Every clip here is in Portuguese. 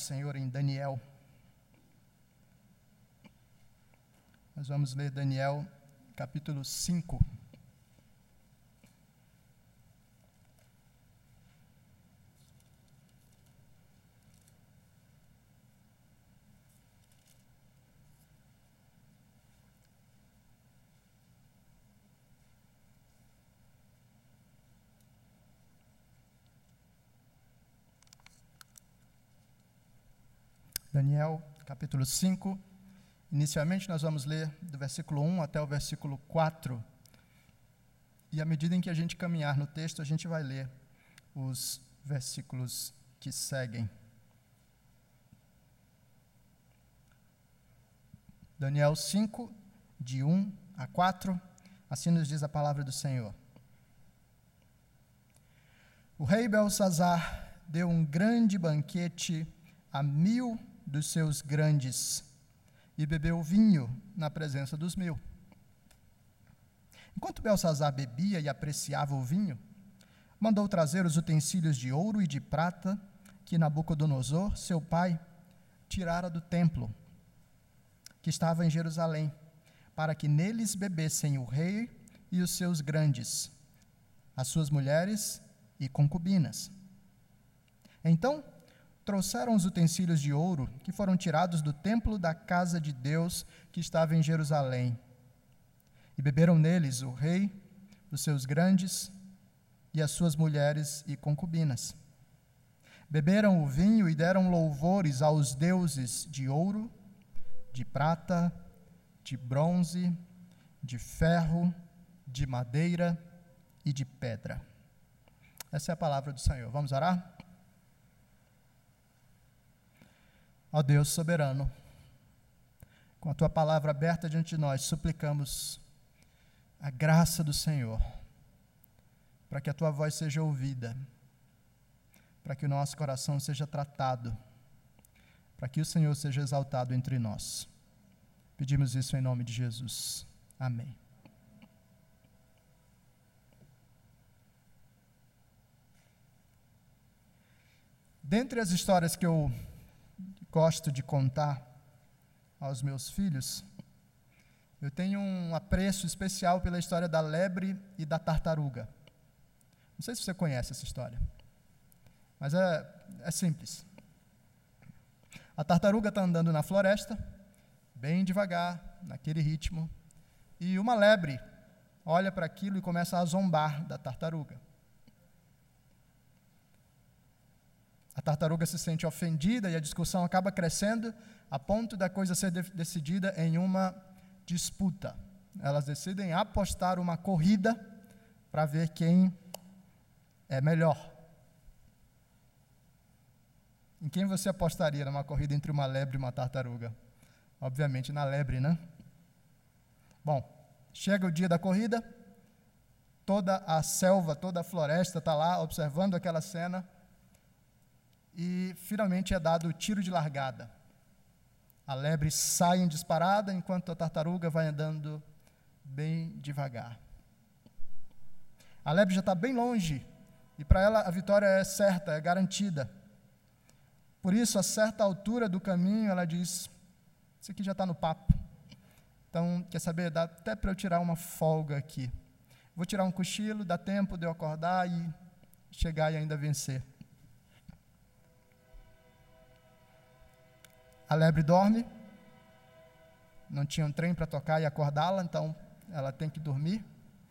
Senhor em Daniel. Nós vamos ler Daniel, capítulo 5. Daniel, capítulo 5. Inicialmente, nós vamos ler do versículo 1 até o versículo 4. E à medida em que a gente caminhar no texto, a gente vai ler os versículos que seguem. Daniel 5, de 1 a 4. Assim nos diz a palavra do Senhor. O rei Belsazzar deu um grande banquete a 1000 dos seus grandes, e bebeu vinho na presença dos 1000. Enquanto Belsazzar bebia e apreciava o vinho, mandou trazer os utensílios de ouro e de prata que Nabucodonosor, seu pai, tirara do templo, que estava em Jerusalém, para que neles bebessem o rei e os seus grandes, as suas mulheres e concubinas. Então, trouxeram os utensílios de ouro que foram tirados do templo da casa de Deus que estava em Jerusalém. E beberam neles o rei, os seus grandes e as suas mulheres e concubinas. Beberam o vinho e deram louvores aos deuses de ouro, de prata, de bronze, de ferro, de madeira e de pedra. Essa é a palavra do Senhor. Vamos orar? Ó Deus soberano, com a Tua palavra aberta diante de nós, suplicamos a graça do Senhor, para que a Tua voz seja ouvida, para que o nosso coração seja tratado, para que o Senhor seja exaltado entre nós. Pedimos isso em nome de Jesus. Amém. Dentre as histórias que eu gosto de contar aos meus filhos, eu tenho um apreço especial pela história da lebre e da tartaruga. Não sei se você conhece essa história, mas é simples. A tartaruga está andando na floresta, bem devagar, naquele ritmo, e uma lebre olha para aquilo e começa a zombar da tartaruga. A tartaruga se sente ofendida e a discussão acaba crescendo a ponto da coisa ser decidida em uma disputa. Elas decidem apostar uma corrida para ver quem é melhor. Em quem você apostaria numa corrida entre uma lebre e uma tartaruga? Obviamente na lebre, né? Bom, chega o dia da corrida, toda a selva, toda a floresta está lá observando aquela cena, e finalmente é dado o tiro de largada. A lebre sai em disparada, enquanto a tartaruga vai andando bem devagar. A lebre já está bem longe, e para ela a vitória é certa, é garantida. Por isso, a certa altura do caminho, ela diz: isso aqui já está no papo. Então, quer saber, dá até para eu tirar uma folga aqui. Vou tirar um cochilo, dá tempo de eu acordar e chegar e ainda vencer. A lebre dorme, não tinha um trem para tocar e acordá-la, então ela tem que dormir.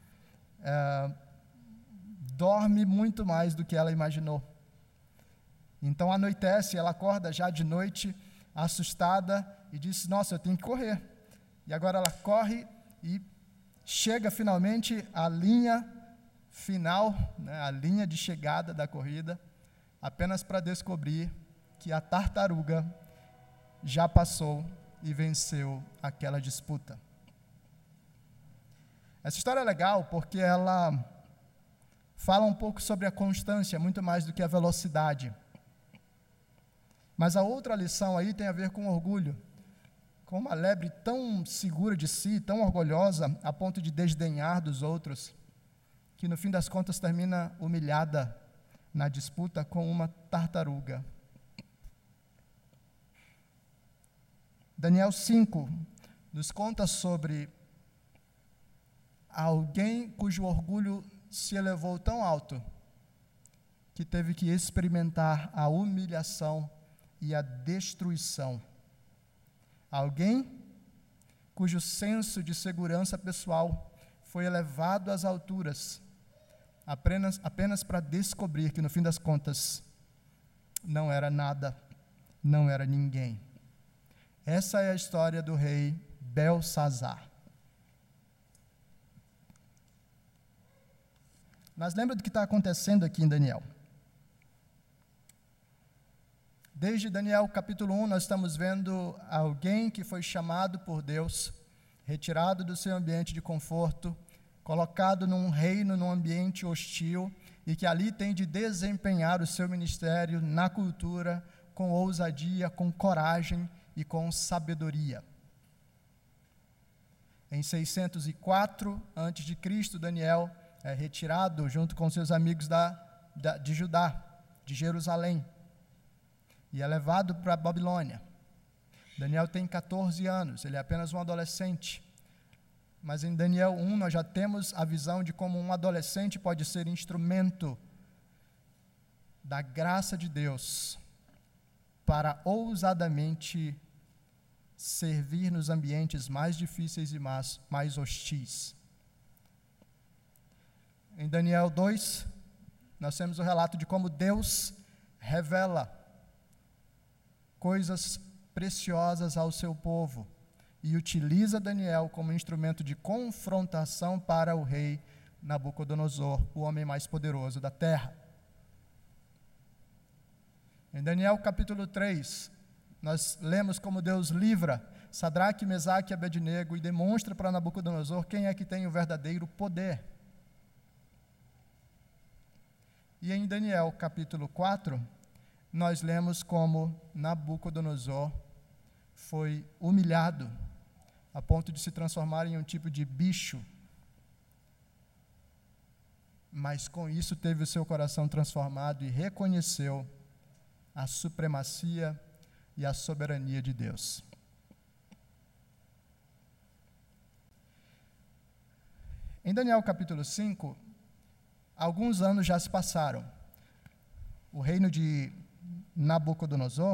Dorme muito mais do que ela imaginou. Então anoitece, ela acorda já de noite, assustada, e diz: nossa, eu tenho que correr. E agora ela corre e chega finalmente à linha final, né, a linha de chegada da corrida, apenas para descobrir que a tartaruga já passou e venceu aquela disputa. Essa história é legal porque ela fala um pouco sobre a constância, muito mais do que a velocidade. Mas a outra lição aí tem a ver com orgulho. Com uma lebre tão segura de si, tão orgulhosa, a ponto de desdenhar dos outros, que no fim das contas termina humilhada na disputa com uma tartaruga. Daniel 5 nos conta sobre alguém cujo orgulho se elevou tão alto que teve que experimentar a humilhação e a destruição. Alguém cujo senso de segurança pessoal foi elevado às alturas, apenas para descobrir que, no fim das contas, não era nada, não era ninguém. Essa é a história do rei Belsazar. Mas lembra do que está acontecendo aqui em Daniel. Desde Daniel capítulo 1, nós estamos vendo alguém que foi chamado por Deus, retirado do seu ambiente de conforto, colocado num reino, num ambiente hostil, e que ali tem de desempenhar o seu ministério na cultura, com ousadia, com coragem e com sabedoria. Em 604 a.C., Daniel é retirado junto com seus amigos de Judá, de Jerusalém, e é levado para a Babilônia. Daniel tem 14 anos, ele é apenas um adolescente. Mas em Daniel 1 nós já temos a visão de como um adolescente pode ser instrumento da graça de Deus para ousadamente servir nos ambientes mais difíceis e mais hostis. Em Daniel 2, nós temos o relato de como Deus revela coisas preciosas ao seu povo e utiliza Daniel como instrumento de confrontação para o rei Nabucodonosor, o homem mais poderoso da terra. Em Daniel capítulo 3, nós lemos como Deus livra Sadraque, Mesaque e Abednego e demonstra para Nabucodonosor quem é que tem o verdadeiro poder. E em Daniel capítulo 4, nós lemos como Nabucodonosor foi humilhado a ponto de se transformar em um tipo de bicho, mas com isso teve o seu coração transformado e reconheceu a supremacia e a soberania de Deus. Em Daniel capítulo 5, alguns anos já se passaram. O reino de Nabucodonosor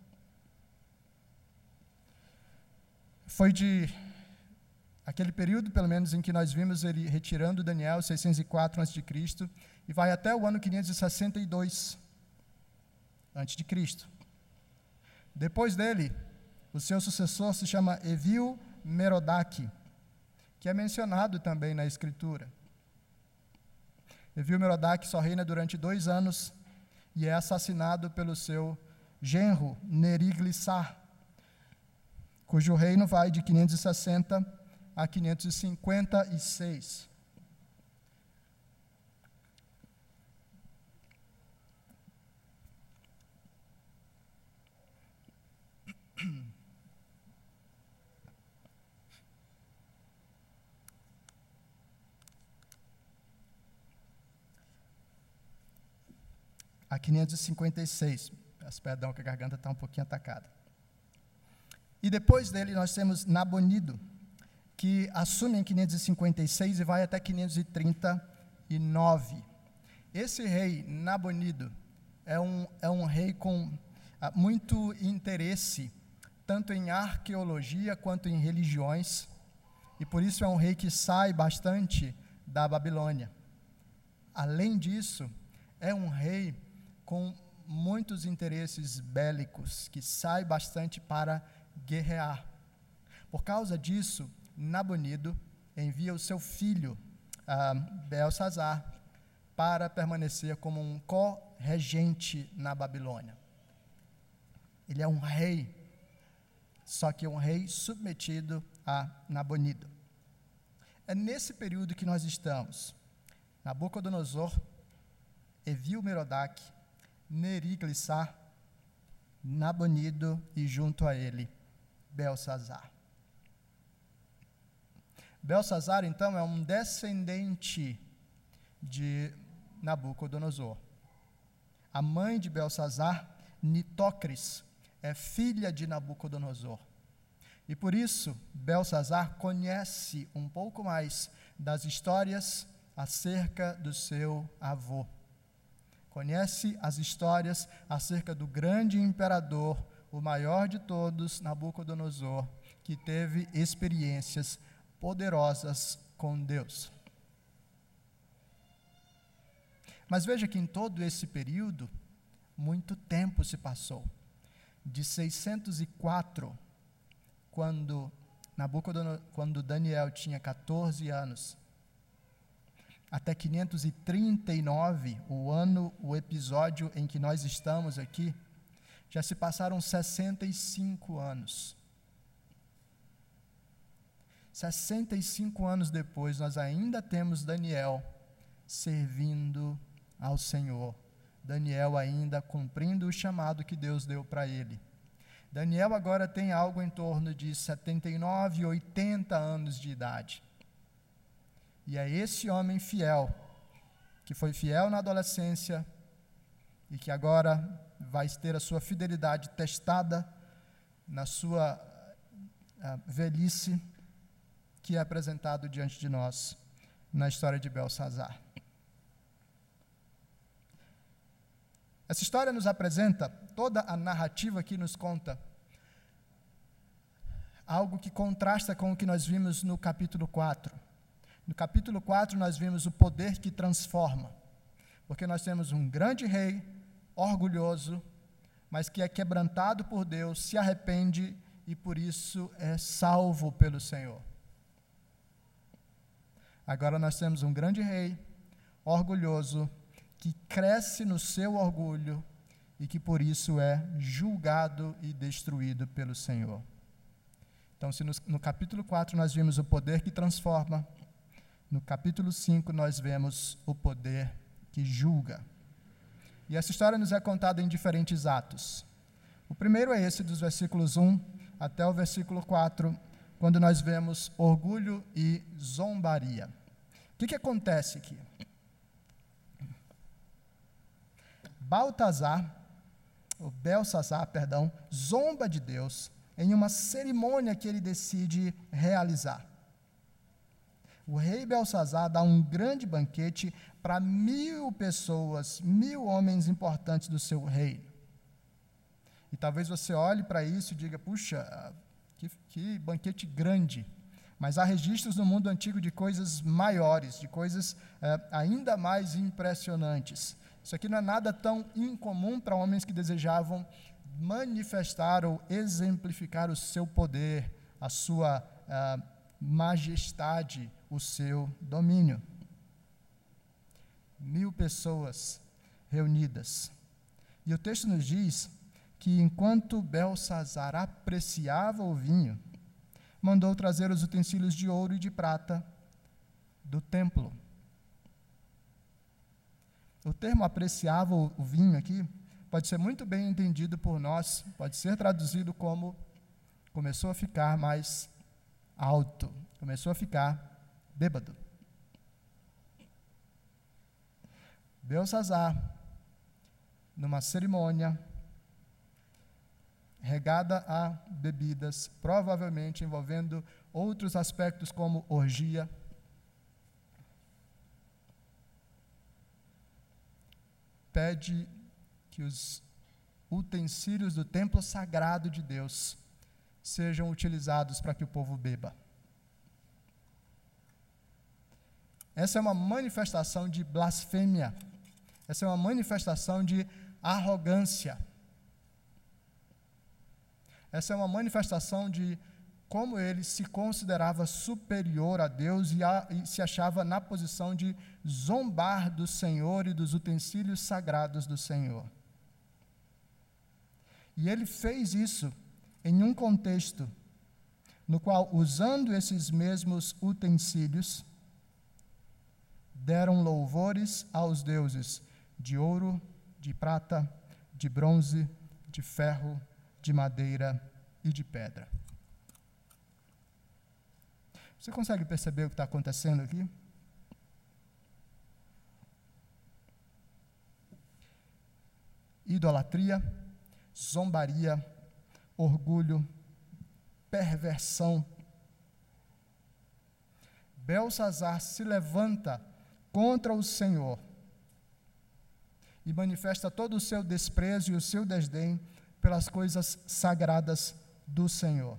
foi de aquele período, pelo menos, em que nós vimos ele retirando Daniel, 604 a.C., e vai até o ano 562 a.C. Depois dele, o seu sucessor se chama Evil-Merodach, que é mencionado também na Escritura. Evil-Merodach só reina durante 2 anos e é assassinado pelo seu genro, Neriglissar, cujo reino vai de 560 a 556. A 556. Peço perdão que a garganta está um pouquinho atacada. E depois dele nós temos Nabonido, que assume em 556 e vai até 539. Esse rei Nabonido é um rei com muito interesse, tanto em arqueologia quanto em religiões, e por isso é um rei que sai bastante da Babilônia. Além disso, é um rei com muitos interesses bélicos, que sai bastante para guerrear. Por causa disso, Nabonido envia o seu filho, Belsazar, para permanecer como um co-regente na Babilônia. Ele é um rei, só que um rei submetido a Nabonido. É nesse período que nós estamos. Nabucodonosor, Evil-Merodach, Neriglissar, Nabonido e junto a ele, Belsazar. Belsazar, então, é um descendente de Nabucodonosor. A mãe de Belsazar, Nitocris, é filha de Nabucodonosor. E por isso, Belsazar conhece um pouco mais das histórias acerca do seu avô. Conhece as histórias acerca do grande imperador, o maior de todos, Nabucodonosor, que teve experiências poderosas com Deus. Mas veja que em todo esse período, muito tempo se passou. De 604, quando Daniel tinha 14 anos, até 539, o episódio em que nós estamos aqui, já se passaram 65 anos. 65 anos depois, nós ainda temos Daniel servindo ao Senhor. Daniel ainda cumprindo o chamado que Deus deu para ele. Daniel agora tem algo em torno de 79, 80 anos de idade. E é esse homem fiel, que foi fiel na adolescência e que agora vai ter a sua fidelidade testada na sua velhice, que é apresentado diante de nós na história de Belsazar. Essa história nos apresenta, toda a narrativa aqui nos conta algo que contrasta com o que nós vimos no capítulo 4. No capítulo 4 nós vimos o poder que transforma, porque nós temos um grande rei, orgulhoso, mas que é quebrantado por Deus, se arrepende e por isso é salvo pelo Senhor. Agora nós temos um grande rei, orgulhoso, que cresce no seu orgulho e que por isso é julgado e destruído pelo Senhor. Então, se no capítulo 4 nós vimos o poder que transforma, no capítulo 5 nós vemos o poder que julga. E essa história nos é contada em diferentes atos. O primeiro é esse dos versículos 1 até o versículo 4, quando nós vemos orgulho e zombaria. O que acontece aqui? Belsazar, zomba de Deus em uma cerimônia que ele decide realizar. O rei Belsazar dá um grande banquete para 1.000 pessoas, 1.000 homens importantes do seu reino. E talvez você olhe para isso e diga, puxa, que banquete grande. Mas há registros no mundo antigo de coisas maiores, de coisas ainda mais impressionantes. Isso aqui não é nada tão incomum para homens que desejavam manifestar ou exemplificar o seu poder, a sua majestade, o seu domínio. 1.000 pessoas reunidas. E o texto nos diz que enquanto Belsazar apreciava o vinho, mandou trazer os utensílios de ouro e de prata do templo. O termo apreciava o vinho aqui pode ser muito bem entendido por nós, pode ser traduzido como começou a ficar mais alto, começou a ficar bêbado. Belsazar, numa cerimônia regada a bebidas, provavelmente envolvendo outros aspectos como orgia, pede que os utensílios do templo sagrado de Deus sejam utilizados para que o povo beba. Essa é uma manifestação de blasfêmia. Essa é uma manifestação de arrogância. Essa é uma manifestação de como ele se considerava superior a Deus e se achava na posição de zombar do Senhor e dos utensílios sagrados do Senhor. E ele fez isso em um contexto no qual, usando esses mesmos utensílios, deram louvores aos deuses de ouro, de prata, de bronze, de ferro, de madeira e de pedra. Você consegue perceber o que está acontecendo aqui? Idolatria, zombaria, orgulho, perversão. Beltsazar se levanta contra o Senhor e manifesta todo o seu desprezo e o seu desdém pelas coisas sagradas do Senhor.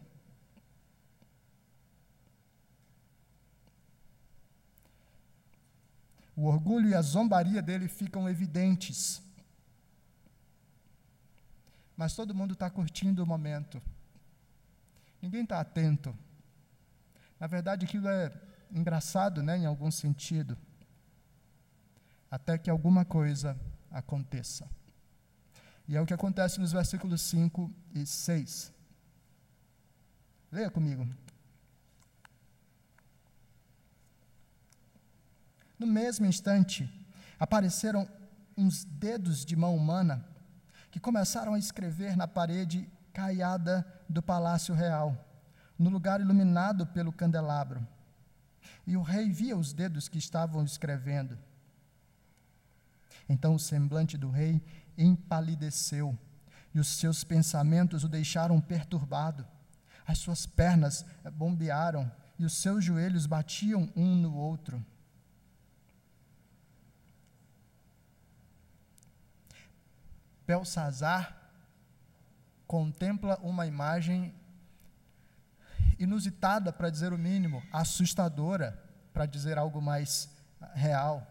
O orgulho e a zombaria dele ficam evidentes. Mas todo mundo está curtindo o momento. Ninguém está atento. Na verdade, aquilo é engraçado, né, em algum sentido. Até que alguma coisa aconteça. E é o que acontece nos versículos 5 e 6. Leia comigo. No mesmo instante, apareceram uns dedos de mão humana que começaram a escrever na parede caiada do palácio real, no lugar iluminado pelo candelabro. E o rei via os dedos que estavam escrevendo. Então o semblante do rei empalideceu, e os seus pensamentos o deixaram perturbado. As suas pernas bombearam, e os seus joelhos batiam um no outro. Beltsazar contempla uma imagem inusitada, para dizer o mínimo, assustadora, para dizer algo mais real.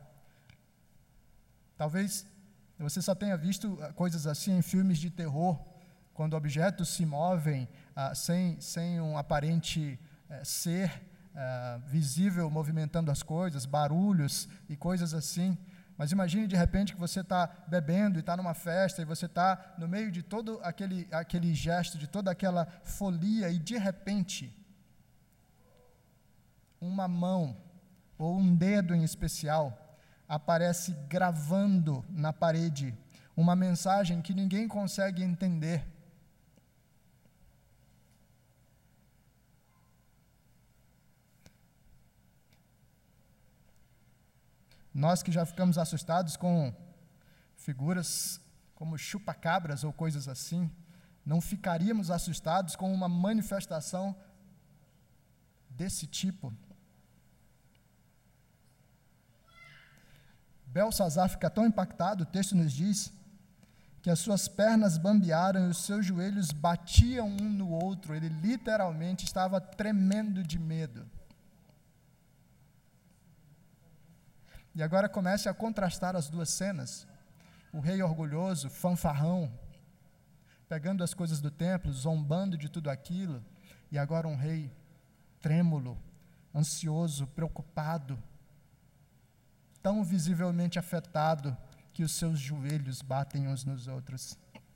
Talvez você só tenha visto coisas assim em filmes de terror, quando objetos se movem sem um aparente ser visível movimentando as coisas, barulhos e coisas assim. Mas imagine de repente que você está bebendo e está numa festa e você está no meio de todo aquele gesto, de toda aquela folia, e de repente uma mão ou um dedo em especial aparece gravando na parede uma mensagem que ninguém consegue entender. Nós que já ficamos assustados com figuras como chupa-cabras ou coisas assim, não ficaríamos assustados com uma manifestação desse tipo. Beltsazar fica tão impactado, o texto nos diz, que as suas pernas bambearam e os seus joelhos batiam um no outro. Ele literalmente estava tremendo de medo. E agora comece a contrastar as duas cenas. O rei orgulhoso, fanfarrão, pegando as coisas do templo, zombando de tudo aquilo, e agora um rei trêmulo, ansioso, preocupado, tão visivelmente afetado que os seus joelhos batem uns nos outros.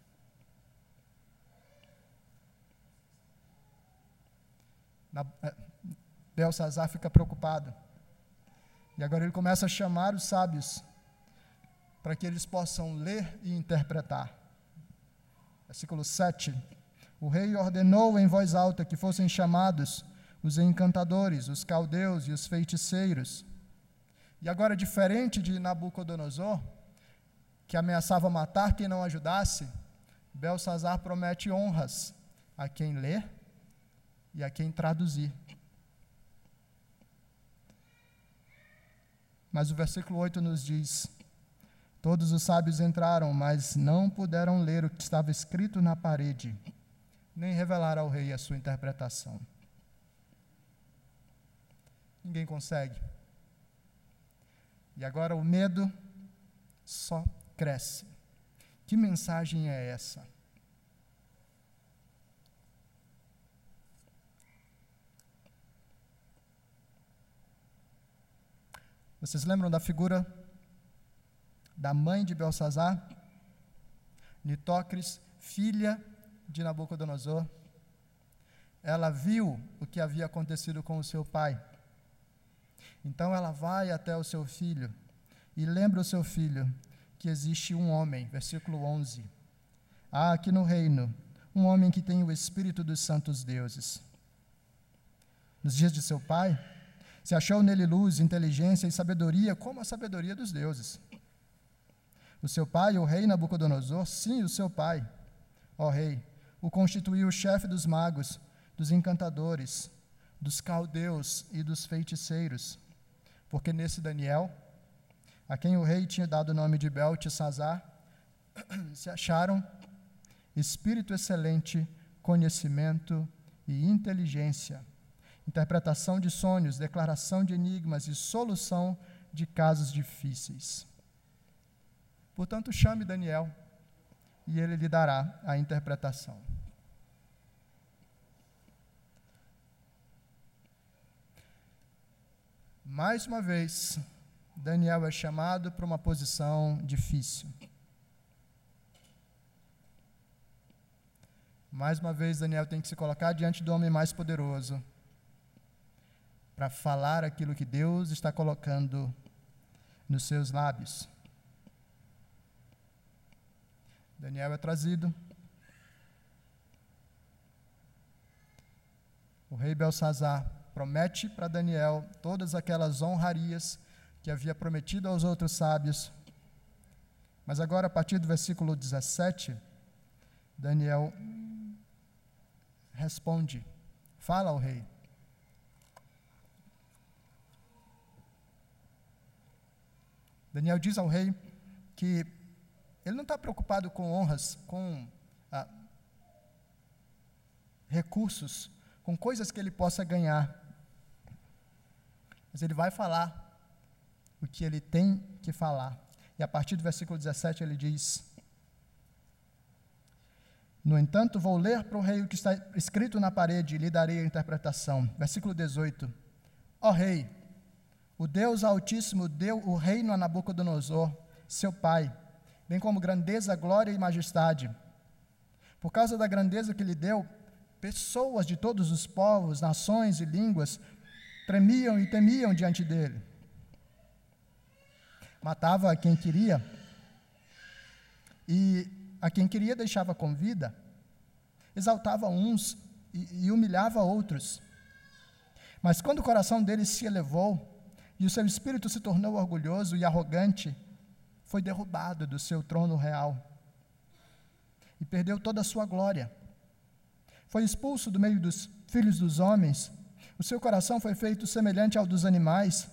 Beltsazar fica preocupado. E agora ele começa a chamar os sábios para que eles possam ler e interpretar. Versículo 7. O rei ordenou em voz alta que fossem chamados os encantadores, os caldeus e os feiticeiros. E agora, diferente de Nabucodonosor, que ameaçava matar quem não ajudasse, Beltsazar promete honras a quem ler e a quem traduzir. Mas o versículo 8 nos diz: todos os sábios entraram, mas não puderam ler o que estava escrito na parede, nem revelar ao rei a sua interpretação. Ninguém consegue. E agora o medo só cresce. Que mensagem é essa? Vocês lembram da figura da mãe de Beltsazar? Nitócris, filha de Nabucodonosor. Ela viu o que havia acontecido com o seu pai. Então ela vai até o seu filho e lembra o seu filho que existe um homem, versículo 11. Há aqui no reino um homem que tem o espírito dos santos deuses. Nos dias de seu pai, se achou nele luz, inteligência e sabedoria, como a sabedoria dos deuses. O seu pai, o rei Nabucodonosor, sim, o seu pai, ó rei, o constituiu chefe dos magos dos encantadores, dos caldeus e dos feiticeiros, porque nesse Daniel, a quem o rei tinha dado o nome de Beltesazar, se acharam espírito excelente, conhecimento e inteligência, interpretação de sonhos, declaração de enigmas e solução de casos difíceis. Portanto, chame Daniel e ele lhe dará a interpretação. Mais uma vez, Daniel é chamado para uma posição difícil. Mais uma vez, Daniel tem que se colocar diante do homem mais poderoso para falar aquilo que Deus está colocando nos seus lábios. Daniel é trazido. O rei Belsazar promete para Daniel todas aquelas honrarias que havia prometido aos outros sábios. Mas agora, a partir do versículo 17, Daniel responde, fala ao rei. Daniel diz ao rei que ele não está preocupado com honras, com recursos, com coisas que ele possa ganhar. Mas ele vai falar o que ele tem que falar. E a partir do versículo 17 ele diz: no entanto, vou ler para o rei o que está escrito na parede e lhe darei a interpretação. Versículo 18. Ó rei, o Deus Altíssimo deu o reino a Nabucodonosor, seu pai, bem como grandeza, glória e majestade. Por causa da grandeza que lhe deu, pessoas de todos os povos, nações e línguas tremiam e temiam diante dele. Matava a quem queria e a quem queria deixava com vida, exaltava uns e humilhava outros. Mas quando o coração dele se elevou e o seu espírito se tornou orgulhoso e arrogante, foi derrubado do seu trono real e perdeu toda a sua glória. Foi expulso do meio dos filhos dos homens, o seu coração foi feito semelhante ao dos animais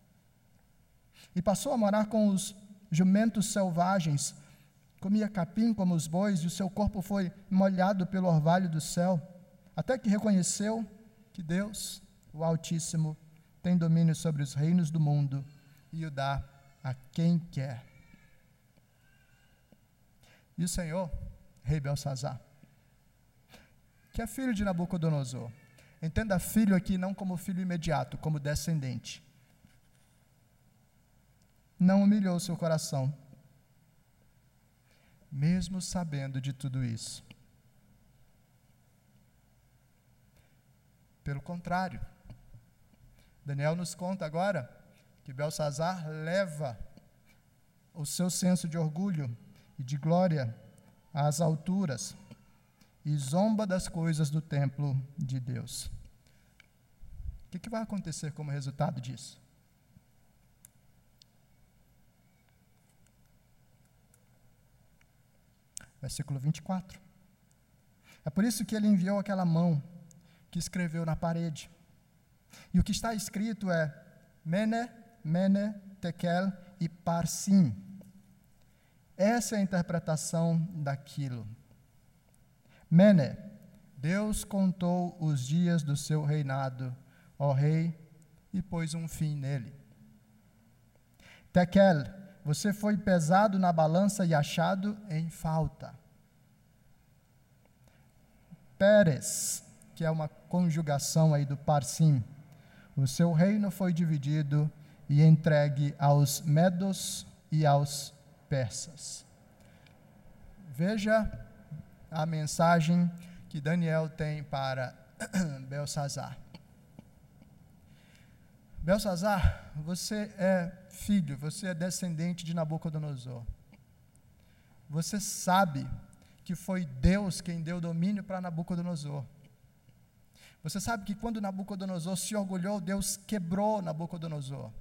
e passou a morar com os jumentos selvagens, comia capim como os bois, e o seu corpo foi molhado pelo orvalho do céu, até que reconheceu que Deus, o Altíssimo, tem domínio sobre os reinos do mundo e o dá a quem quer. E o Senhor, rei Belsazar, que é filho de Nabucodonosor, entenda filho aqui não como filho imediato, como descendente, não humilhou seu coração, mesmo sabendo de tudo isso. Pelo contrário, Daniel nos conta agora que Belsazar leva o seu senso de orgulho e de glória às alturas e zomba das coisas do templo de Deus. O que vai acontecer como resultado disso? Versículo 24. É por isso que ele enviou aquela mão que escreveu na parede. E o que está escrito é Mene, Mene, Tekel e Parsim. Essa é a interpretação daquilo. Mene, Deus contou os dias do seu reinado, ó rei, e pôs um fim nele. Tekel, você foi pesado na balança e achado em falta. Pérez, que é uma conjugação aí do Parsim, o seu reino foi dividido e entregue aos medos e aos persas. Veja a mensagem que Daniel tem para Belsazar. Belsazar, você é filho, você é descendente de Nabucodonosor. Você sabe que foi Deus quem deu domínio para Nabucodonosor. Você sabe que quando Nabucodonosor se orgulhou, Deus quebrou Nabucodonosor.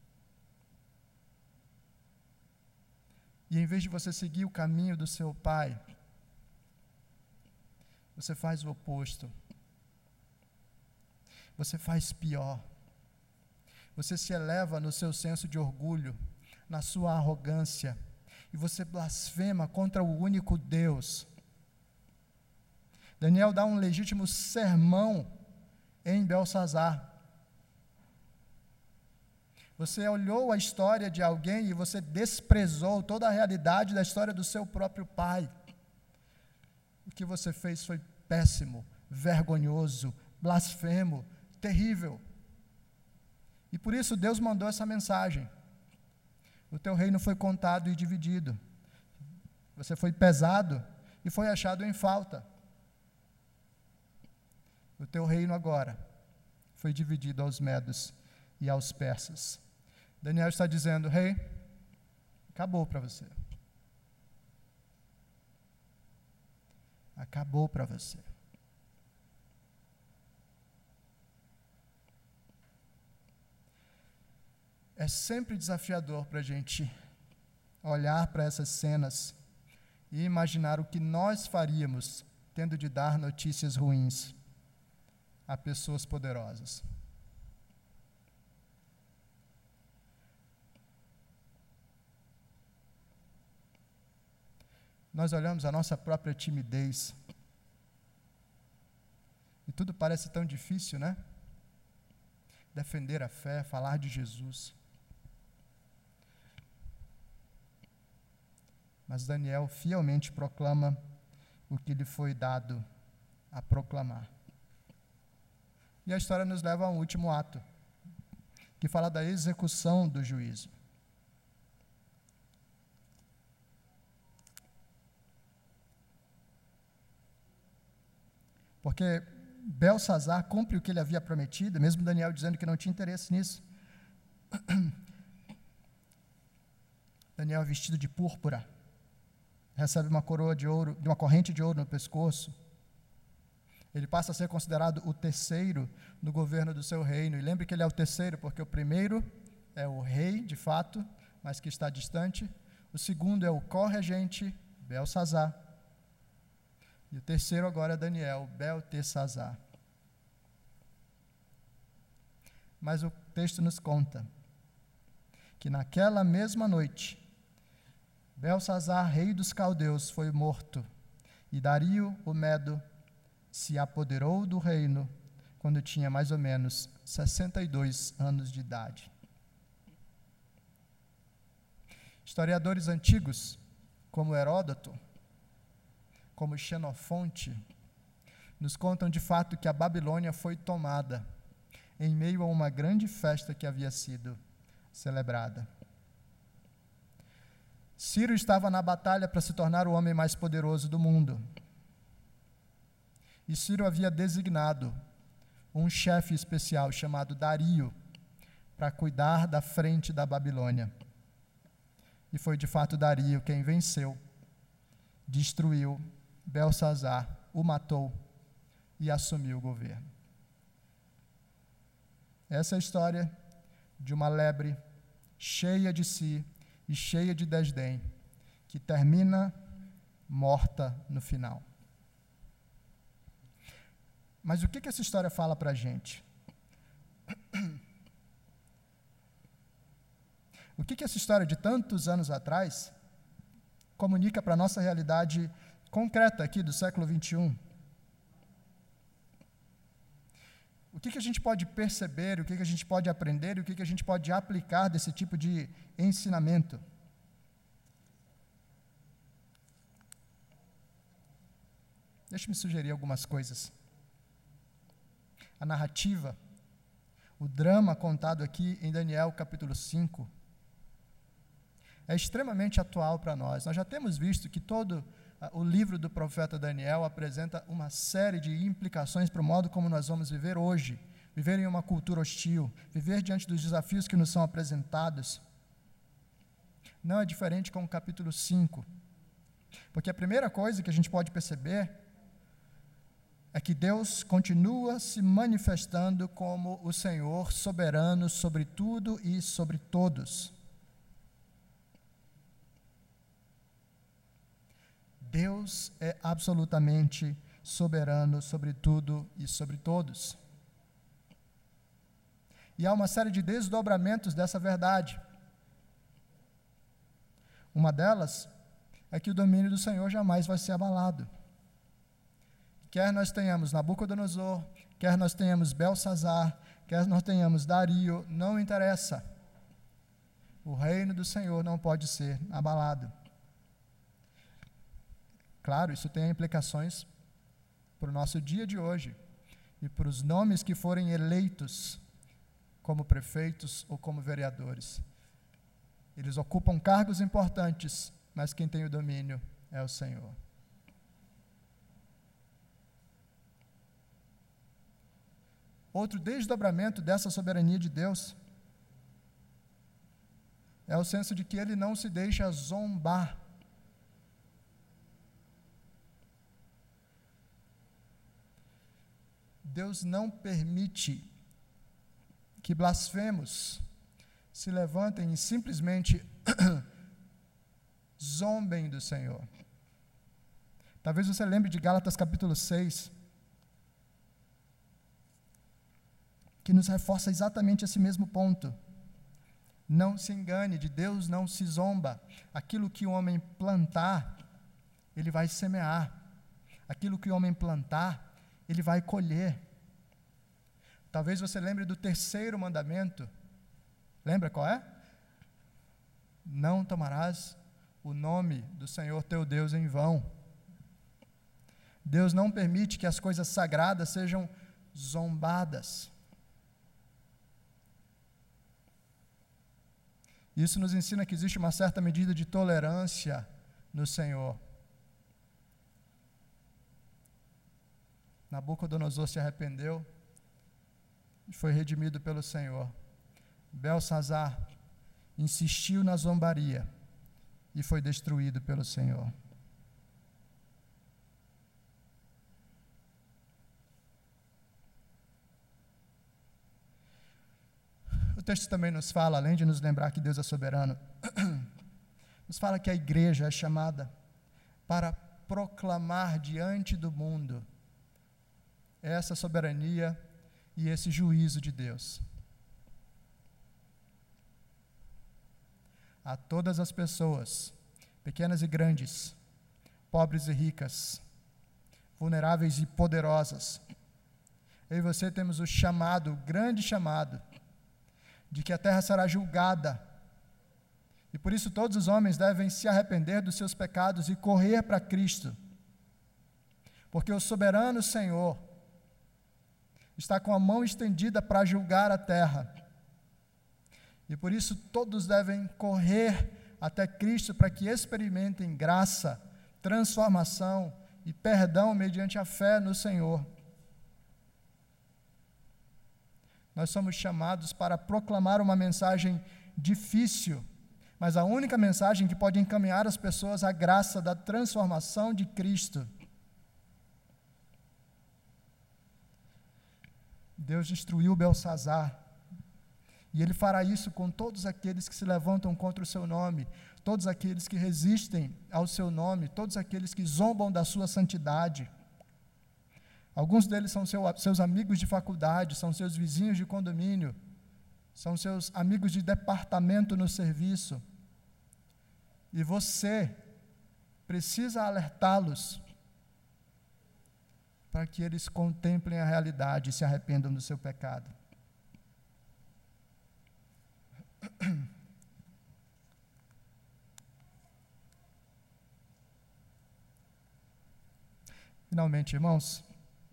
E em vez de você seguir o caminho do seu pai, você faz o oposto. você faz pior. Você se eleva no seu senso de orgulho, na sua arrogância, e você blasfema contra o único Deus. Daniel dá um legítimo sermão em Beltsazar. Você olhou a história de alguém e você desprezou toda a realidade da história do seu próprio pai. O que você fez foi péssimo, vergonhoso, blasfemo, terrível. E por isso Deus mandou essa mensagem. O teu reino foi contado e dividido. Você foi pesado e foi achado em falta. O teu reino agora foi dividido aos medos e aos persas. Daniel está dizendo: rei, acabou para você. Acabou para você. É sempre desafiador para a gente olhar para essas cenas e imaginar o que nós faríamos tendo de dar notícias ruins a pessoas poderosas. Nós olhamos a nossa própria timidez e tudo parece tão difícil, né? Defender a fé, falar de Jesus. Mas Daniel fielmente proclama o que lhe foi dado a proclamar. E a história nos leva a um último ato, que fala da execução do juízo. Porque Beltsazar cumpre o que ele havia prometido, mesmo Daniel dizendo que não tinha interesse nisso. Daniel, vestido de púrpura, recebe uma coroa de ouro, de uma corrente de ouro no pescoço. Ele passa a ser considerado o terceiro no governo do seu reino. E lembre que ele é o terceiro, porque o primeiro é o rei, de fato, mas que está distante. O segundo é o corregente, Beltsazar. E o terceiro agora é Daniel, Beltesazar. Mas o texto nos conta que naquela mesma noite, Beltsazar, rei dos caldeus, foi morto, e Dario, o Medo, se apoderou do reino quando tinha mais ou menos 62 anos de idade. Historiadores antigos, como Heródoto, como Xenofonte, nos contam de fato que a Babilônia foi tomada em meio a uma grande festa que havia sido celebrada. Ciro estava na batalha para se tornar o homem mais poderoso do mundo. E Ciro havia designado um chefe especial chamado Dario para cuidar da frente da Babilônia. E foi de fato Dario quem venceu, destruiu Beltsazar, o matou e assumiu o governo. Essa é a história de uma lebre cheia de si e cheia de desdém, que termina morta no final. Mas o que essa história fala para a gente? O que essa história de tantos anos atrás comunica para a nossa realidade concreta aqui do século XXI? O que a gente pode perceber, o que a gente pode aprender, o que a gente pode aplicar desse tipo de ensinamento? Deixe-me sugerir algumas coisas. A narrativa, o drama contado aqui em Daniel capítulo 5, é extremamente atual para nós. Nós já temos visto que todo o livro do profeta Daniel apresenta uma série de implicações para o modo como nós vamos viver hoje, viver em uma cultura hostil, viver diante dos desafios que nos são apresentados. Não é diferente com o capítulo 5, porque a primeira coisa que a gente pode perceber é que Deus continua se manifestando como o Senhor soberano sobre tudo e sobre todos. Deus é absolutamente soberano sobre tudo e sobre todos. E há uma série de desdobramentos dessa verdade. Uma delas é que o domínio do Senhor jamais vai ser abalado. Quer nós tenhamos Nabucodonosor, quer nós tenhamos Belsazar, quer nós tenhamos Dario, não interessa. O reino do Senhor não pode ser abalado. Claro, isso tem implicações para o nosso dia de hoje e para os nomes que forem eleitos como prefeitos ou como vereadores. Eles ocupam cargos importantes, mas quem tem o domínio é o Senhor. Outro desdobramento dessa soberania de Deus é o senso de que Ele não se deixa zombar. Deus não permite que blasfemos se levantem e simplesmente zombem do Senhor. Talvez você lembre de Gálatas capítulo 6, que nos reforça exatamente esse mesmo ponto. Não se engane, de Deus não se zomba. Aquilo que o homem plantar, ele vai semear. Aquilo que o homem plantar, ele vai colher. Talvez você lembre do terceiro mandamento. Lembra qual é? Não tomarás o nome do Senhor teu Deus em vão. Deus não permite que as coisas sagradas sejam zombadas. Isso nos ensina que existe uma certa medida de tolerância no Senhor. Nabucodonosor se arrependeu e foi redimido pelo Senhor. Belsazar insistiu na zombaria e foi destruído pelo Senhor. O texto também nos fala, além de nos lembrar que Deus é soberano, nos fala que a igreja é chamada para proclamar diante do mundo essa soberania e esse juízo de Deus. A todas as pessoas, pequenas e grandes, pobres e ricas, vulneráveis e poderosas, eu e você temos o chamado, o grande chamado, de que a terra será julgada, e por isso todos os homens devem se arrepender dos seus pecados e correr para Cristo, porque o soberano Senhor está com a mão estendida para julgar a terra, e por isso todos devem correr até Cristo para que experimentem graça, transformação e perdão mediante a fé no Senhor. Nós somos chamados para proclamar uma mensagem difícil, mas a única mensagem que pode encaminhar as pessoas à graça da transformação de Cristo. Deus destruiu Belsazar, e Ele fará isso com todos aqueles que se levantam contra o seu nome, todos aqueles que resistem ao seu nome, todos aqueles que zombam da sua santidade. Alguns deles são seus amigos de faculdade, são seus vizinhos de condomínio, são seus amigos de departamento no serviço. E você precisa alertá-los para que eles contemplem a realidade e se arrependam do seu pecado. Finalmente, irmãos,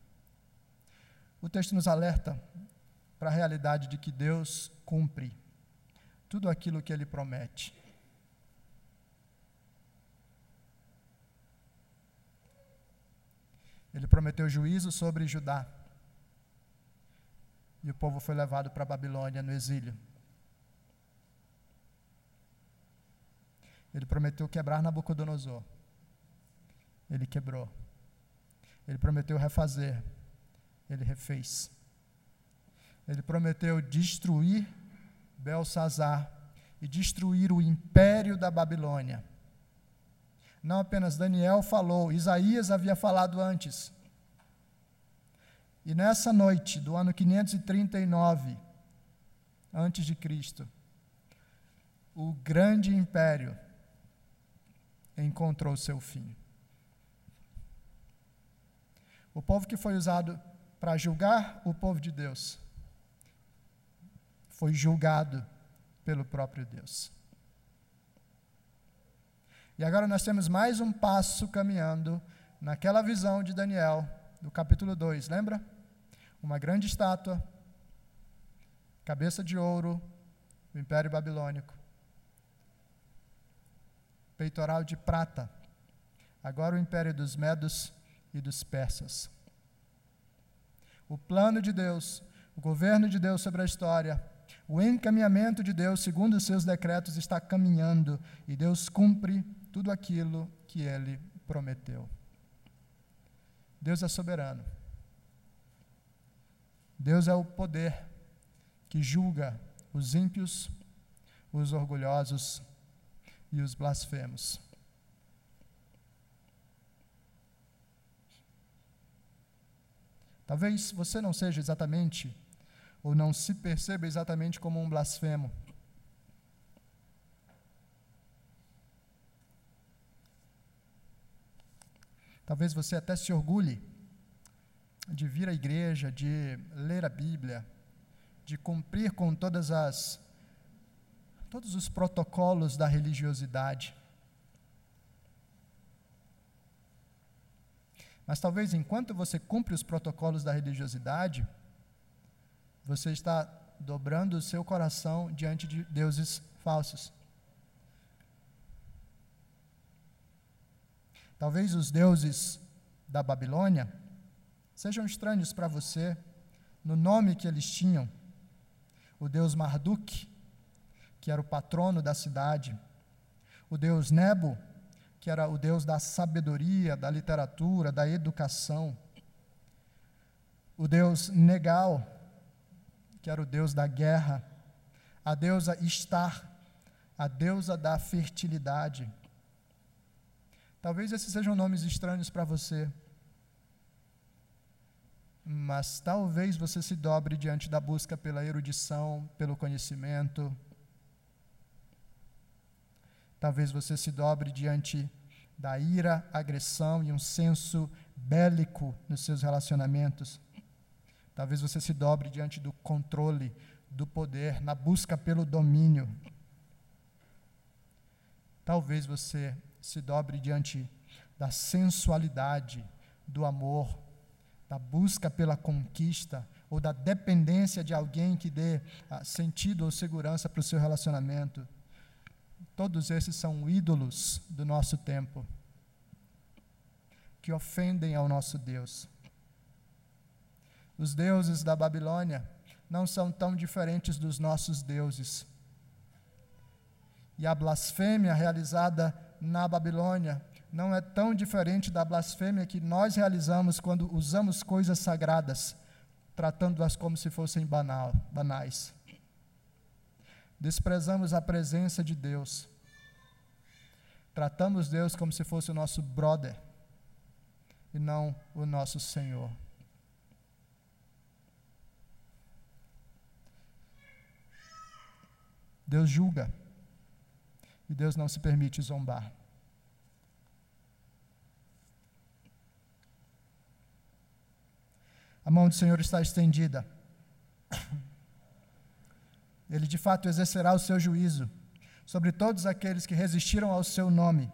o texto nos alerta para a realidade de que Deus cumpre tudo aquilo que Ele promete. Ele prometeu juízo sobre Judá, e o povo foi levado para a Babilônia no exílio. Ele prometeu quebrar Nabucodonosor, Ele quebrou. Ele prometeu refazer, Ele refez. Ele prometeu destruir Belsazar e destruir o império da Babilônia. Não apenas Daniel falou, Isaías havia falado antes. E nessa noite do ano 539, antes de Cristo, o grande império encontrou seu fim. O povo que foi usado para julgar o povo de Deus foi julgado pelo próprio Deus. E agora nós temos mais um passo caminhando naquela visão de Daniel, do capítulo 2, lembra? Uma grande estátua, cabeça de ouro, do Império Babilônico, peitoral de prata, agora o Império dos Medos e dos Persas. O plano de Deus, o governo de Deus sobre a história, o encaminhamento de Deus segundo os seus decretos está caminhando e Deus cumpre tudo aquilo que Ele prometeu. Deus é soberano. Deus é o poder que julga os ímpios, os orgulhosos e os blasfemos. Talvez você não seja exatamente, ou não se perceba exatamente como um blasfemo. Talvez você até se orgulhe de vir à igreja, de ler a Bíblia, de cumprir com todos os protocolos da religiosidade. Mas talvez enquanto você cumpre os protocolos da religiosidade, você está dobrando o seu coração diante de deuses falsos. Talvez os deuses da Babilônia sejam estranhos para você no nome que eles tinham. O deus Marduk, que era o patrono da cidade. O deus Nebo, que era o deus da sabedoria, da literatura, da educação. O deus Negal, que era o deus da guerra. A deusa Istar, a deusa da fertilidade. Talvez esses sejam nomes estranhos para você, mas talvez você se dobre diante da busca pela erudição, pelo conhecimento. Talvez você se dobre diante da ira, agressão e um senso bélico nos seus relacionamentos. Talvez você se dobre diante do controle, do poder, na busca pelo domínio. Talvez você se dobre diante da sensualidade, do amor, da busca pela conquista ou da dependência de alguém que dê sentido ou segurança para o seu relacionamento. Todos esses são ídolos do nosso tempo, que ofendem ao nosso Deus. Os deuses da Babilônia não são tão diferentes dos nossos deuses. E a blasfêmia realizada na Babilônia não é tão diferente da blasfêmia que nós realizamos quando usamos coisas sagradas, tratando-as como se fossem banais. Desprezamos a presença de Deus. Tratamos Deus como se fosse o nosso brother e não o nosso Senhor. Deus julga e Deus não se permite zombar. A mão do Senhor está estendida. Ele de fato exercerá o seu juízo sobre todos aqueles que resistiram ao seu nome.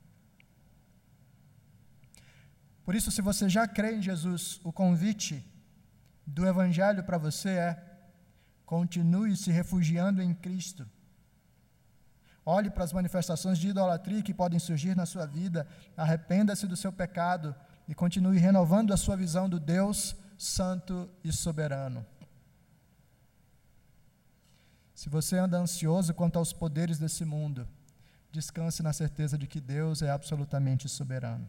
Por isso, se você já crê em Jesus, o convite do Evangelho para você é: continue se refugiando em Cristo. Olhe para as manifestações de idolatria que podem surgir na sua vida, arrependa-se do seu pecado e continue renovando a sua visão do Deus Santo e Soberano. Se você anda ansioso quanto aos poderes desse mundo, descanse na certeza de que Deus é absolutamente soberano.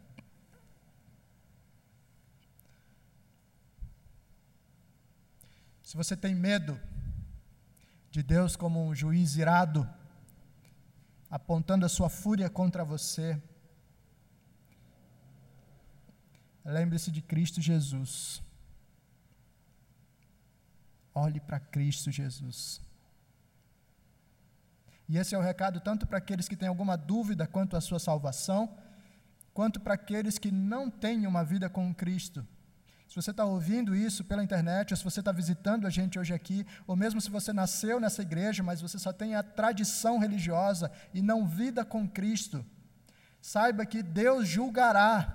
Se você tem medo de Deus como um juiz irado, apontando a sua fúria contra você, lembre-se de Cristo Jesus. Olhe para Cristo Jesus. E esse é o recado tanto para aqueles que têm alguma dúvida quanto à sua salvação, quanto para aqueles que não têm uma vida com Cristo. Se você está ouvindo isso pela internet, ou se você está visitando a gente hoje aqui, ou mesmo se você nasceu nessa igreja, mas você só tem a tradição religiosa e não vida com Cristo, saiba que Deus julgará.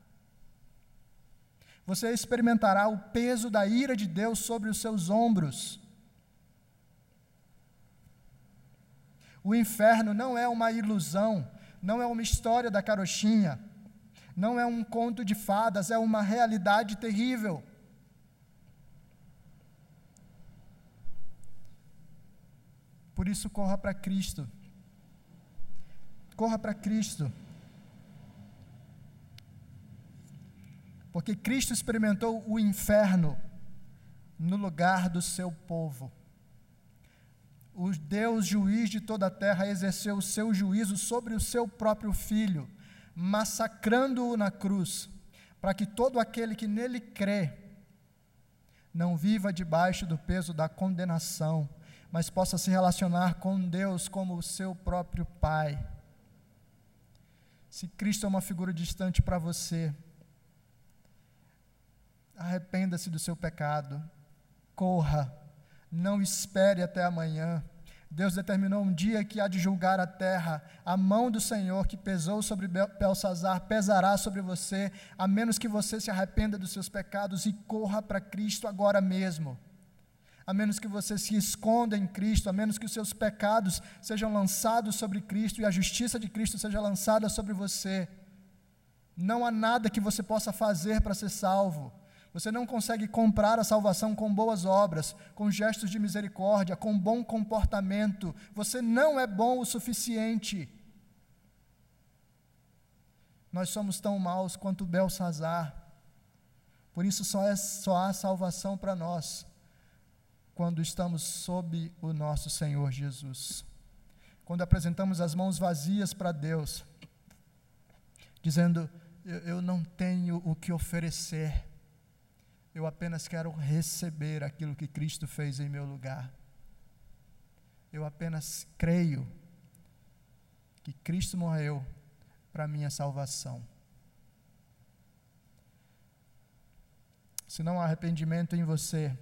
Você experimentará o peso da ira de Deus sobre os seus ombros. O inferno não é uma ilusão, não é uma história da carochinha, não é um conto de fadas, é uma realidade terrível. Por isso, corra para Cristo. Corra para Cristo. Porque Cristo experimentou o inferno no lugar do seu povo. O Deus juiz de toda a terra exerceu o seu juízo sobre o seu próprio Filho, massacrando-o na cruz, para que todo aquele que nele crê não viva debaixo do peso da condenação, mas possa se relacionar com Deus como o seu próprio Pai. Se Cristo é uma figura distante para você, arrependa-se do seu pecado, corra, não espere até amanhã. Deus determinou um dia que há de julgar a terra. A mão do Senhor que pesou sobre Belsazar pesará sobre você, a menos que você se arrependa dos seus pecados e corra para Cristo agora mesmo. A menos que você se esconda em Cristo, a menos que os seus pecados sejam lançados sobre Cristo e a justiça de Cristo seja lançada sobre você. Não há nada que você possa fazer para ser salvo. Você não consegue comprar a salvação com boas obras, com gestos de misericórdia, com bom comportamento. Você não é bom o suficiente. Nós somos tão maus quanto Belsazar. Por isso só há salvação para nós quando estamos sob o nosso Senhor Jesus. Quando apresentamos as mãos vazias para Deus, dizendo, eu não tenho o que oferecer, eu apenas quero receber aquilo que Cristo fez em meu lugar. Eu apenas creio que Cristo morreu para minha salvação. Se não há arrependimento em você,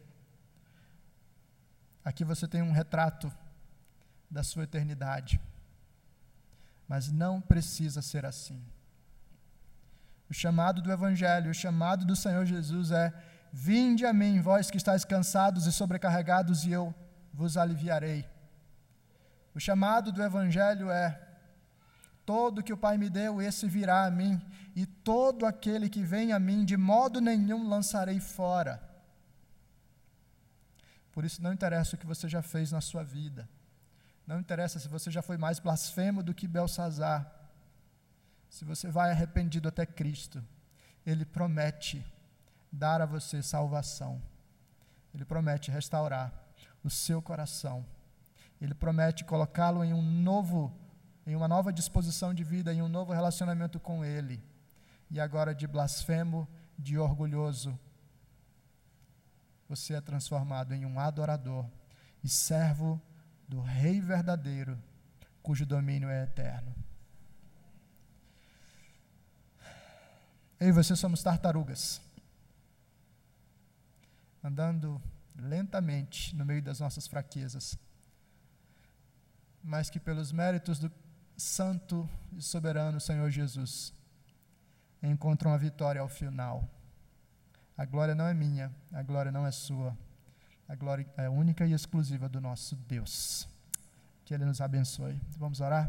aqui você tem um retrato da sua eternidade. Mas não precisa ser assim. O chamado do Evangelho, o chamado do Senhor Jesus é: vinde a mim, vós que estáis cansados e sobrecarregados, e eu vos aliviarei. O chamado do Evangelho é: todo que o Pai me deu, esse virá a mim, e todo aquele que vem a mim, de modo nenhum lançarei fora. Por isso não interessa o que você já fez na sua vida, não interessa se você já foi mais blasfemo do que Belsazar, se você vai arrependido até Cristo, Ele promete dar a você salvação, Ele promete restaurar o seu coração, Ele promete colocá-lo em uma nova disposição de vida, em um novo relacionamento com Ele. E agora, de blasfemo, de orgulhoso, você é transformado em um adorador e servo do Rei verdadeiro, cujo domínio é eterno. Eu e você somos tartarugas, andando lentamente no meio das nossas fraquezas, mas que pelos méritos do santo e soberano Senhor Jesus, encontram a vitória ao final. A glória não é minha, a glória não é sua, a glória é única e exclusiva do nosso Deus. Que Ele nos abençoe. Vamos orar?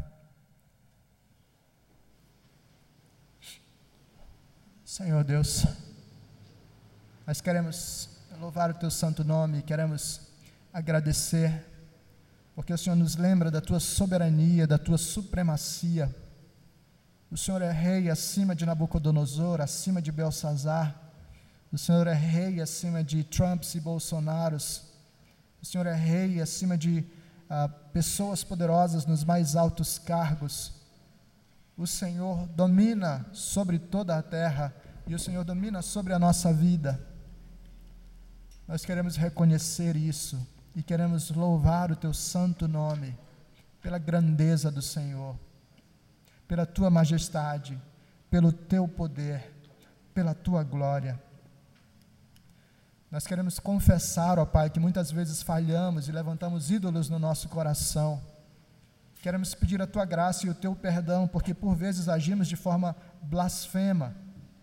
Senhor Deus, nós queremos louvar o Teu santo nome, queremos agradecer, porque o Senhor nos lembra da Tua soberania, da Tua supremacia. O Senhor é rei acima de Nabucodonosor, acima de Belsazar. O Senhor é rei acima de Trumps e Bolsonaros. O Senhor é rei acima de pessoas poderosas nos mais altos cargos. O Senhor domina sobre toda a terra e o Senhor domina sobre a nossa vida. Nós queremos reconhecer isso e queremos louvar o Teu santo nome, pela grandeza do Senhor, pela tua majestade, pelo teu poder, pela tua glória. Nós queremos confessar, ó Pai, que muitas vezes falhamos e levantamos ídolos no nosso coração. Queremos pedir a tua graça e o teu perdão, porque por vezes agimos de forma blasfema.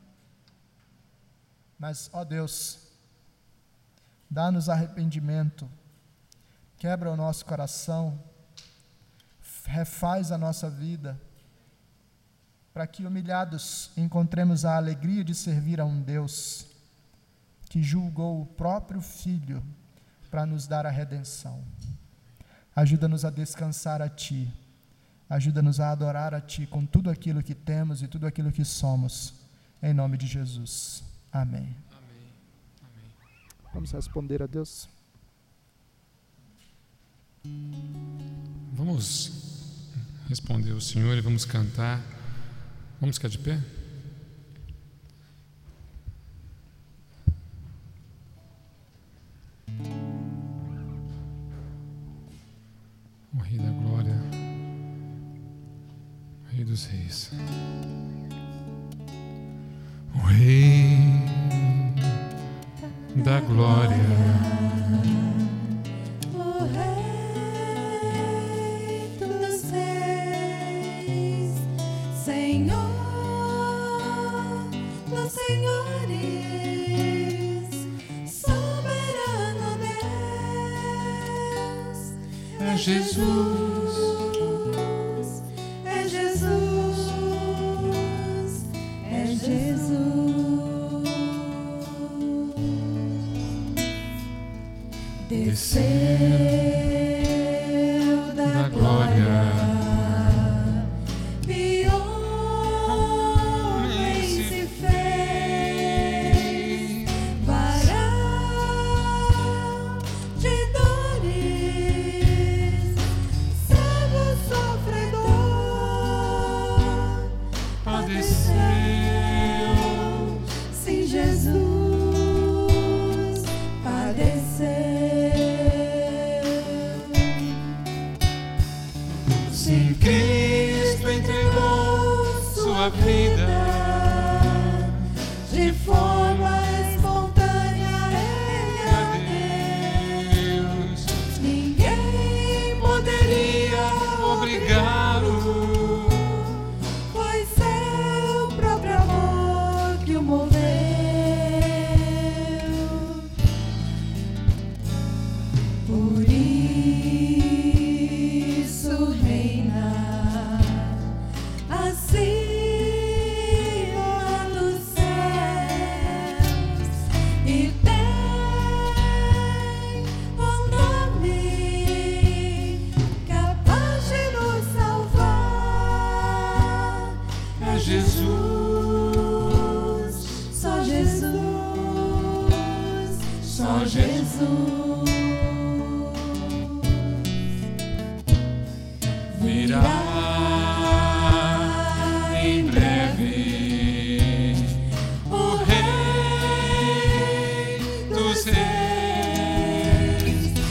Mas, ó Deus, dá-nos arrependimento, quebra o nosso coração, refaz a nossa vida, para que humilhados encontremos a alegria de servir a um Deus que julgou o próprio Filho para nos dar a redenção. Ajuda-nos a descansar a Ti, ajuda-nos a adorar a Ti com tudo aquilo que temos e tudo aquilo que somos, em nome de Jesus. Amém. Amém. Amém. Vamos responder a Deus? Vamos responder ao Senhor e vamos cantar. Vamos ficar de pé? O Rei da Glória, o Rei dos Reis, o Rei da Glória, o Rei dos Reis, Senhor dos Senhores, soberano Deus, é Jesus, é Jesus, é Jesus. Desceu da glória e homem se fez varão de dores, servo sofredor, padeceu, sim, Jesus padeceu. sim, Cristo entregou sua vida de forma espontânea a Ele a Deus. Deus. Ninguém poderia Obrigá-lo, foi seu próprio amor que o moveu. Por isso reina acima dos céus e tem um nome capaz de nos salvar. é Jesus. Só Jesus, só Jesus. Virá em breve o Rei dos Reis,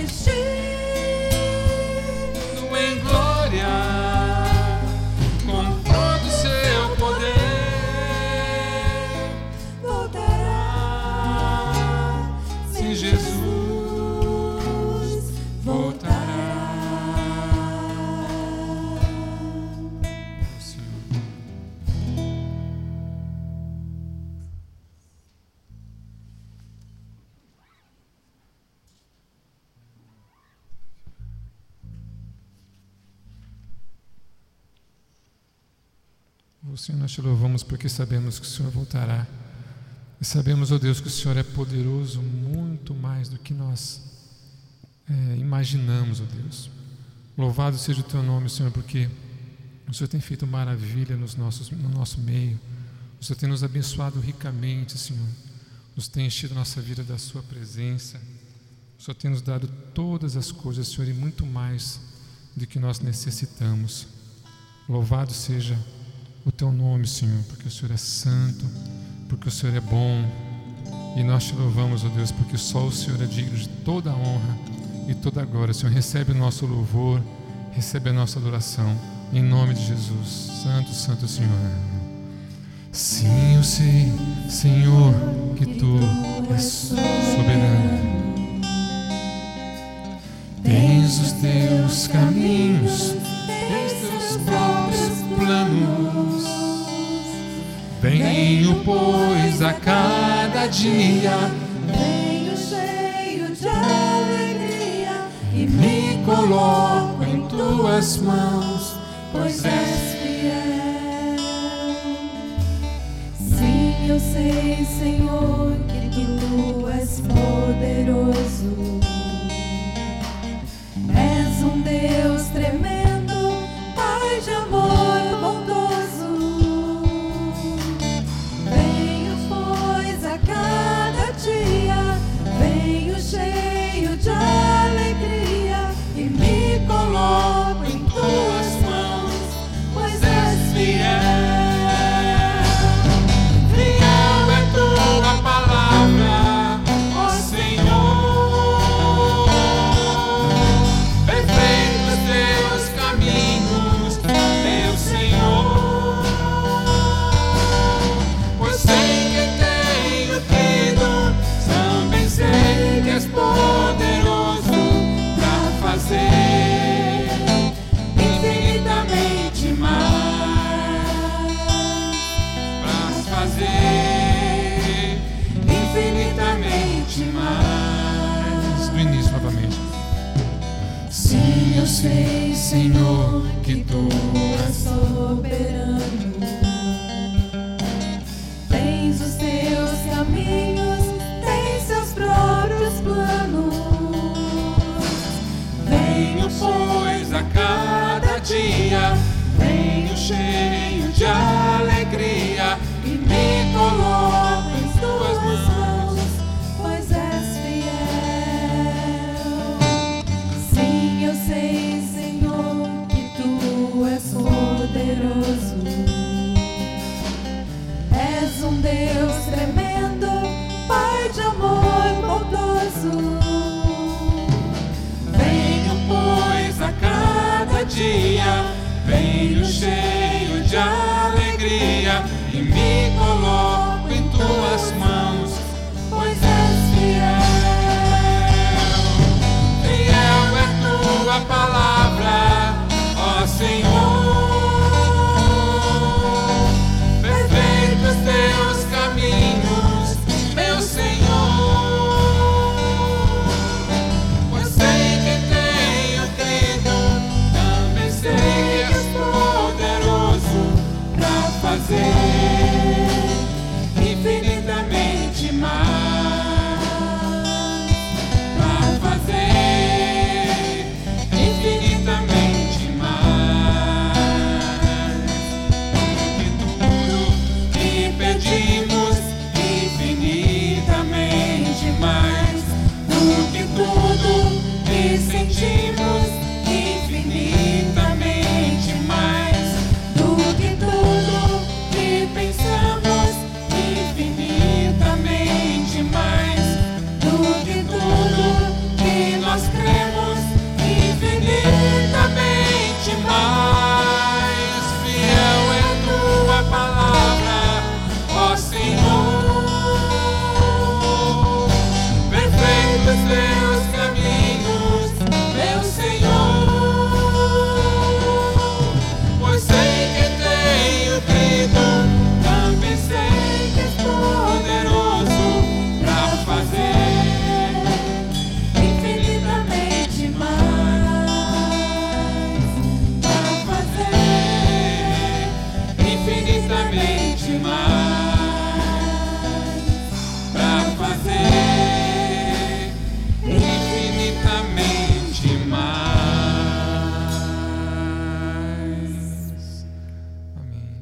Vestido em glória, com todo o seu poder, voltará, sim, Jesus voltará. Senhor, nós te louvamos porque sabemos que o Senhor voltará. E sabemos, ó Deus, que o Senhor é poderoso muito mais do que nós imaginamos, ó Deus. Louvado seja o teu nome, Senhor, porque o Senhor tem feito maravilha no nosso meio. O Senhor tem nos abençoado ricamente, Senhor. Nos tem enchido nossa vida da sua presença. O Senhor tem nos dado todas as coisas, Senhor, e muito mais do que nós necessitamos. Louvado seja o teu nome, Senhor, porque o Senhor é santo, porque o Senhor é bom, e nós te louvamos, ó Deus, porque só o Senhor é digno de toda a honra e toda a glória. Senhor, recebe o nosso louvor, recebe a nossa adoração, em nome de Jesus. Santo, Santo Senhor. Sim, eu sei, Senhor, que Tu és soberano. Tens os Teus caminhos, tens Teus próprios planos. Venho, pois, a cada dia, venho cheio de alegria e me coloco em Tuas mãos, pois és fiel. Sim, eu sei, Senhor, que Tu és poderoso. És um Deus tremendo, Pai de amor bondoso. Venho, pois, a cada dia, venho cheio de alegria e me coloco em Tuas mãos, pois és fiel. Fiel é Tua palavra, ó Senhor. Perfeitos Teus caminhos, meu Senhor. Pois sei que tenho crido, também sei que és poderoso para fazer infinitamente mais, para fazer infinitamente mais. Do início novamente. Sim, eu sei, Senhor, que Tu és soberano. Tens os Teus caminhos, tens seus próprios planos. Venho, pois, a cada dia, venho cheio de alegria e me coloco em Tuas mãos, pois és fiel. Sim, eu sei, Senhor, que Tu és poderoso. És um Deus tremendo, Pai de amor bondoso. Venho, pois, a cada dia, venho cheio de alegria e me coloco em Tuas mãos, pois és fiel. Fiel é Tua palavra, ó Senhor. Perfeitos Teus caminhos, meu Senhor. Pois sei que tenho crido, também sei que és poderoso para fazer infinitamente mais, para fazer infinitamente mais que tudo que pedimos, infinitamente mais do que tudo que sentimos, infinitamente mais Do que tudo que pensamos, infinitamente mais do que tudo que nós cremos, infinitamente mais. Fiel é Tua palavra, ó Senhor. Perfeitos Teus caminhos, meu Senhor. Pois sei que tenho crido, também sei que és poderoso para fazer infinitamente mais, para fazer infinitamente mais, para fazer infinitamente mais. Amém.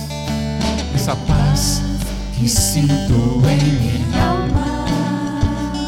Essa paz que sinto em minha alma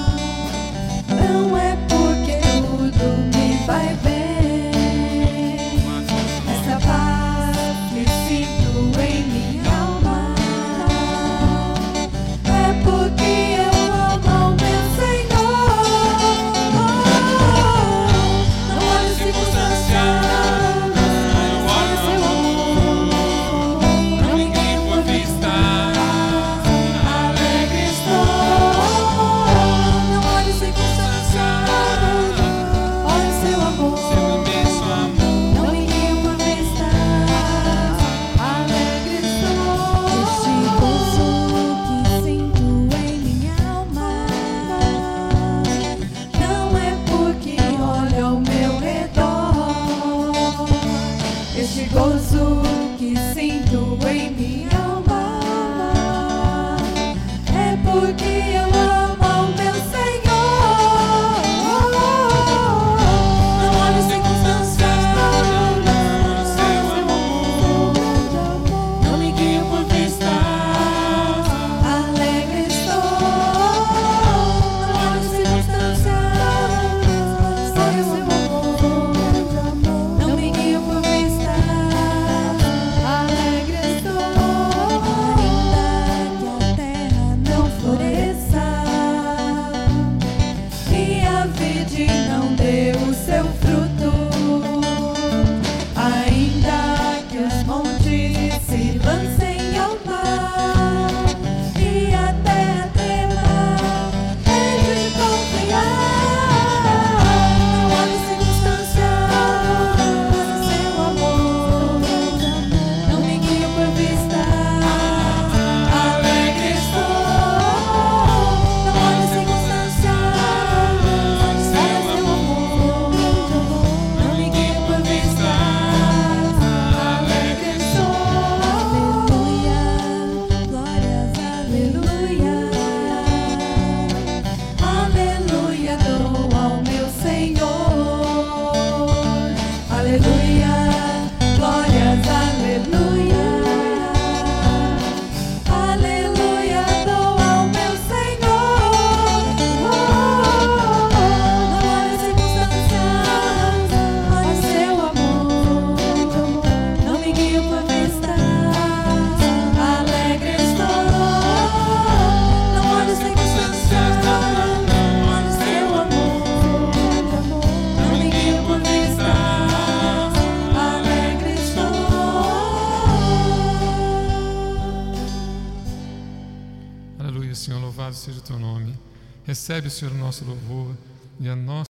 Senhor, louvado seja o teu nome. Recebe, Senhor, o nosso louvor e a nossa